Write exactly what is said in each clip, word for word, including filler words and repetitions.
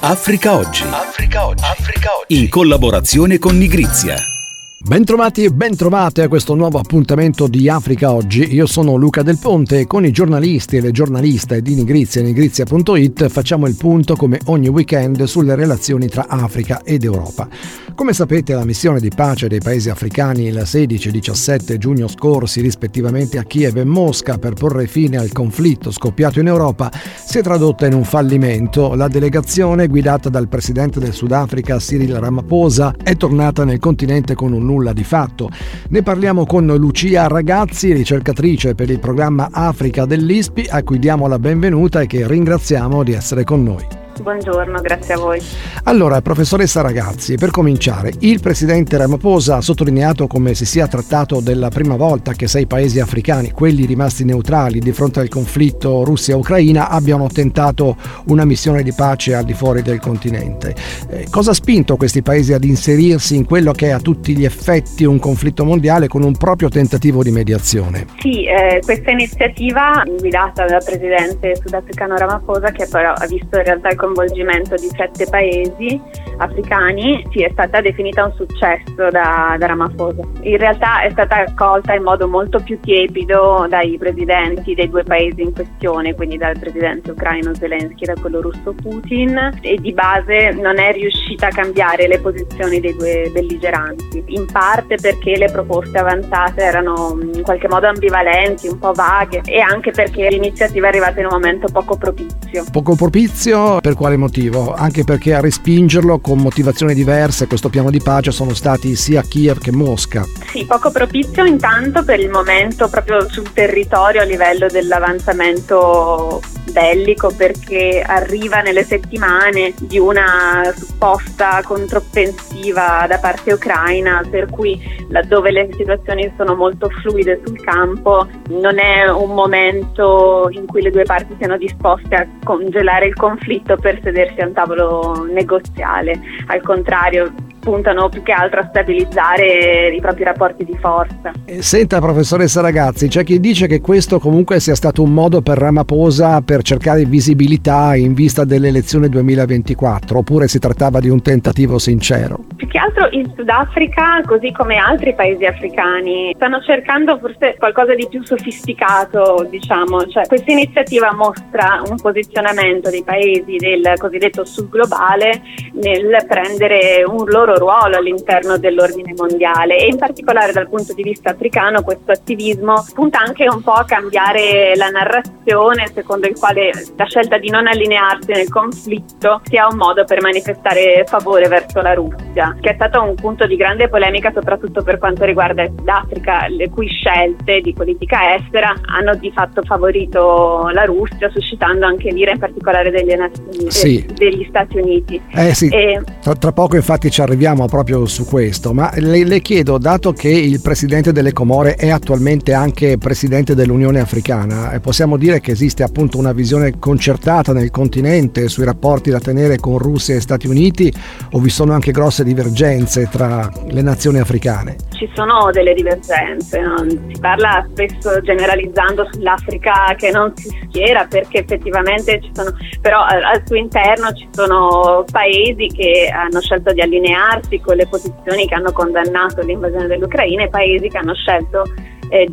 Africa Oggi. Africa Oggi. Africa Oggi. In collaborazione con Nigrizia. Bentrovati e bentrovate a questo nuovo appuntamento di Africa Oggi. Io sono Luca Del Ponte e con i giornalisti e le giornaliste di Nigrizia e Nigrizia punto it facciamo il punto come ogni weekend sulle relazioni tra Africa ed Europa. Come sapete, la missione di pace dei paesi africani il sedici e diciassette giugno scorsi, rispettivamente a Kiev e Mosca, per porre fine al conflitto scoppiato in Europa, si è tradotta in un fallimento. La delegazione, guidata dal presidente del Sudafrica Cyril Ramaphosa, è tornata nel continente con un nulla di fatto. Ne parliamo con Lucia Ragazzi, ricercatrice per il programma Africa dell'I S P I, a cui diamo la benvenuta e che ringraziamo di essere con noi. Buongiorno, grazie a voi. Allora, professoressa Ragazzi, per cominciare, il presidente Ramaphosa ha sottolineato come si sia trattato della prima volta che sei paesi africani, quelli rimasti neutrali di fronte al conflitto Russia-Ucraina, abbiano tentato una missione di pace al di fuori del continente. Eh, cosa ha spinto questi paesi ad inserirsi in quello che è a tutti gli effetti un conflitto mondiale con un proprio tentativo di mediazione? Sì, eh, questa iniziativa guidata dal presidente sudafricano Ramaphosa, che però ha visto in realtà il coinvolgimento di sette paesi africani, sì, è stata definita un successo da, da Ramaphosa. In realtà è stata accolta in modo molto più tiepido dai presidenti dei due paesi in questione, quindi dal presidente ucraino Zelensky e da quello russo Putin, e di base non è riuscita a cambiare le posizioni dei due belligeranti, in parte perché le proposte avanzate erano in qualche modo ambivalenti, un po' vaghe, e anche perché l'iniziativa è arrivata in un momento poco propizio. Poco propizio per quale motivo? Anche perché a respingerlo con motivazioni diverse questo piano di pace sono stati sia Kiev che Mosca. Sì, poco propizio intanto per il momento proprio sul territorio a livello dell'avanzamento bellico, perché arriva nelle settimane di una supposta controffensiva da parte ucraina, per cui laddove le situazioni sono molto fluide sul campo non è un momento in cui le due parti siano disposte a congelare il conflitto per sedersi a un tavolo negoziale. Al contrario, puntano più che altro a stabilizzare i propri rapporti di forza. Senta, professoressa Ragazzi, c'è chi dice che questo comunque sia stato un modo per Ramaphosa per cercare visibilità in vista delle elezioni duemilaventiquattro, oppure si trattava di un tentativo sincero? Più che altro il Sudafrica, così come altri paesi africani, stanno cercando forse qualcosa di più sofisticato, diciamo, cioè questa iniziativa mostra un posizionamento dei paesi del cosiddetto sud globale nel prendere un loro ruolo all'interno dell'ordine mondiale, e in particolare dal punto di vista africano questo attivismo punta anche un po' a cambiare la narrazione secondo il quale la scelta di non allinearsi nel conflitto sia un modo per manifestare favore verso la Russia, che è stato un punto di grande polemica soprattutto per quanto riguarda il Sudafrica, le cui scelte di politica estera hanno di fatto favorito la Russia, suscitando anche l'ira in particolare delle nazioni, sì. degli Stati Uniti. Eh sì, e... tra, tra poco infatti ci arriviamo proprio su questo, ma le, le chiedo, dato che il presidente delle Comore è attualmente anche presidente dell'Unione Africana, possiamo dire che esiste appunto una visione concertata nel continente sui rapporti da tenere con Russia e Stati Uniti, o vi sono anche grosse divergenze tra le nazioni africane? Ci sono delle divergenze, no? Si parla spesso generalizzando sull'Africa che non si schiera, perché effettivamente ci sono, però al suo interno ci sono paesi che hanno scelto di allinearsi con le posizioni che hanno condannato l'invasione dell'Ucraina e paesi che hanno scelto eh,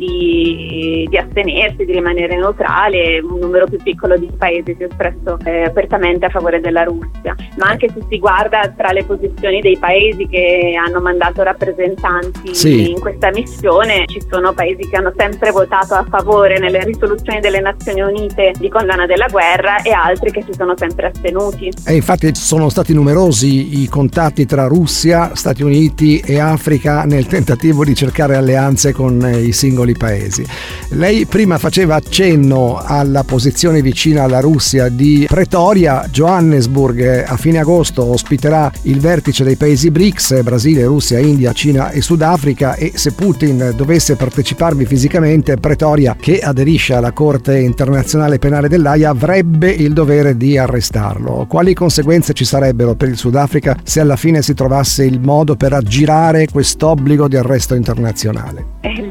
di, di astenersi, di rimanere neutrali. Un numero più piccolo di paesi si è espresso eh, apertamente a favore della Russia. Ma anche se si guarda tra le posizioni dei paesi che hanno mandato rappresentanti sì. in questa missione, ci sono paesi che hanno sempre votato a favore nelle risoluzioni delle Nazioni Unite di condanna della guerra e altri che si sono sempre astenuti. E infatti sono stati numerosi i contatti tra Russia, Stati Uniti e Africa nel tentativo di cercare alleanze con i singoli paesi. Lei prima faceva accenno alla posizione vicina alla Russia di Pretoria. Johannesburg a fine agosto ospiterà il vertice dei paesi B R I C S, Brasile, Russia, India, Cina e Sudafrica, e se Putin dovesse parteciparvi fisicamente, Pretoria, che aderisce alla Corte Internazionale Penale dell'Aia, avrebbe il dovere di arrestarlo. Quali conseguenze ci sarebbero per il Sudafrica se alla fine si trovasse il modo per aggirare quest'obbligo di arresto internazionale? Il tema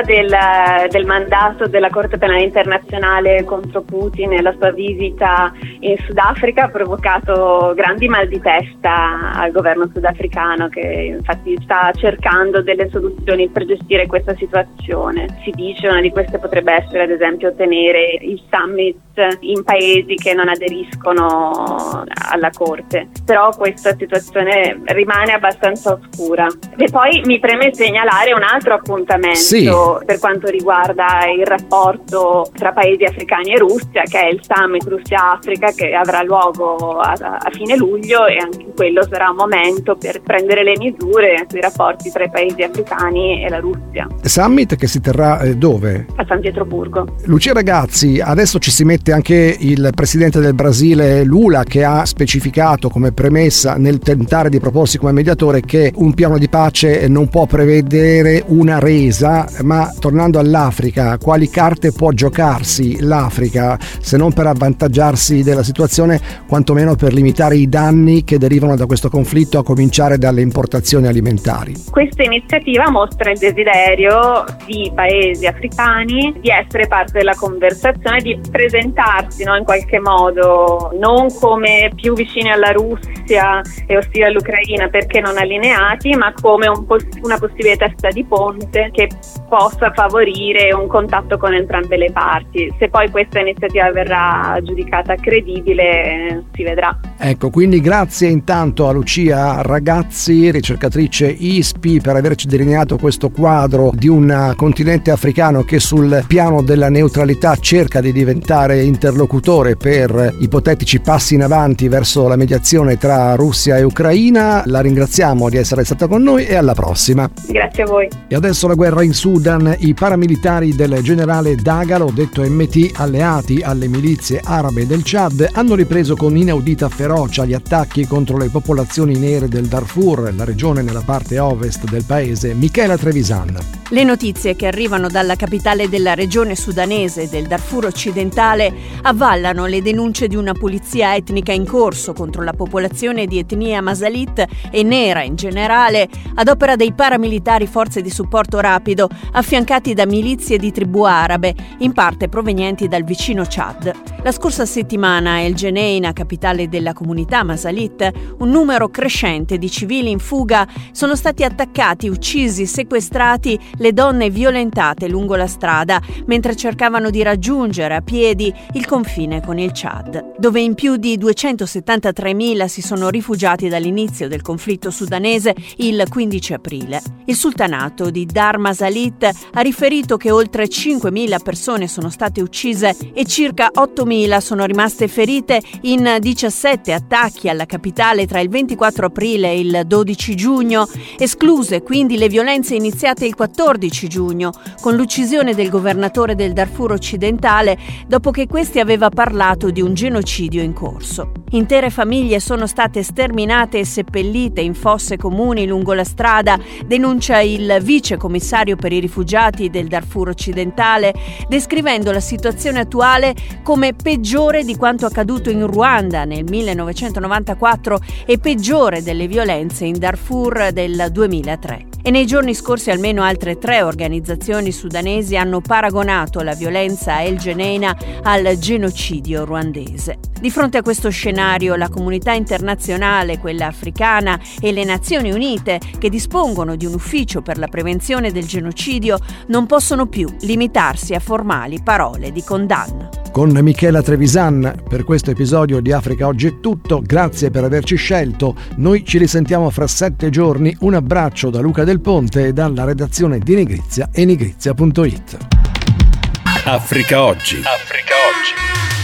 del, del mandato della Corte Penale Internazionale contro Putin e la sua visita in Sudafrica ha provocato grandi mal di testa al governo sudafricano, che infatti sta cercando delle soluzioni per gestire questa situazione. Si dice una di queste potrebbe essere ad esempio tenere il summit in paesi che non aderiscono alla Corte, però questa situazione rimane abbastanza oscura. E poi mi preme segnalare un altro appuntamento sì. per quanto riguarda il rapporto tra paesi africani e Russia, che è il summit Russia-Africa, che avrà luogo a, a fine luglio, e anche quello sarà un momento per prendere le misure sui rapporti tra i paesi africani e la Russia. Summit che si terrà eh, dove? A San Pietroburgo. Lucia Ragazzi, adesso ci si mette anche il presidente del Brasile Lula, che ha specificato come premessa nel tentare di proporsi come mediatore che un piano di pace non può prevedere una resa. Ma tornando all'Africa, quali carte può giocarsi l'Africa se non per avvantaggiarsi della situazione, quantomeno per limitare i danni che derivano da questo conflitto, a cominciare dalle importazioni alimentari? Questa iniziativa mostra il desiderio di paesi africani di essere parte della conversazione, di presentare no, in qualche modo non come più vicini alla Russia e ostili all'Ucraina perché non allineati, ma come un poss- una possibile testa di ponte che possa favorire un contatto con entrambe le parti. Se poi questa iniziativa verrà giudicata credibile, si vedrà. Ecco, quindi grazie intanto a Lucia Ragazzi, ricercatrice I S P I, per averci delineato questo quadro di un continente africano che sul piano della neutralità cerca di diventare interlocutore per ipotetici passi in avanti verso la mediazione tra Russia e Ucraina. La ringraziamo di essere stata con noi e alla prossima. Grazie a voi. E adesso la guerra in Sudan. I paramilitari del generale Dagalo, detto M T, alleati alle milizie arabe del Chad, hanno ripreso con inaudita ferocia gli attacchi contro le popolazioni nere del Darfur, la regione nella parte ovest del paese. Michela Trevisan. Le notizie che arrivano dalla capitale della regione sudanese del Darfur occidentale avvallano le denunce di una pulizia etnica in corso contro la popolazione di etnia masalit e nera in generale, ad opera dei paramilitari forze di supporto rapido affiancati da milizie di tribù arabe, in parte provenienti dal vicino Chad. La scorsa settimana a El Geneina, capitale della comunità masalit, un numero crescente di civili in fuga sono stati attaccati, uccisi, sequestrati, le donne violentate lungo la strada mentre cercavano di raggiungere a piedi il confine con il Chad, dove in più di duecentosettantatremila si sono rifugiati dall'inizio del conflitto sudanese il quindici aprile. Il sultanato di Dar Masalit ha riferito che oltre cinquemila persone sono state uccise e circa ottomila sono rimaste ferite in diciassette attacchi alla capitale tra il ventiquattro aprile e il dodici giugno, escluse quindi le violenze iniziate il quattordici giugno con l'uccisione del governatore del Darfur occidentale dopo che questi aveva parlato di un genocidio in corso. Intere famiglie sono state sterminate e seppellite in fosse comuni lungo la strada, denuncia il vice commissario per i rifugiati del Darfur occidentale, descrivendo la situazione attuale come peggiore di quanto accaduto in Ruanda nel millenovecentonovantaquattro e peggiore delle violenze in Darfur del duemilatré. E nei giorni scorsi almeno altre tre organizzazioni sudanesi hanno paragonato la violenza a El Geneina al genocidio ruandese. Di fronte a questo scenario, la comunità internazionale, quella africana e le Nazioni Unite, che dispongono di un ufficio per la prevenzione del genocidio, non possono più limitarsi a formali parole di condanna. Con Michela Trevisan per questo episodio di Africa Oggi è tutto, grazie per averci scelto, noi ci risentiamo fra sette giorni, un abbraccio da Luca Del Ponte e dalla redazione di Nigrizia e nigrizia punto it. Africa Oggi. Africa Oggi.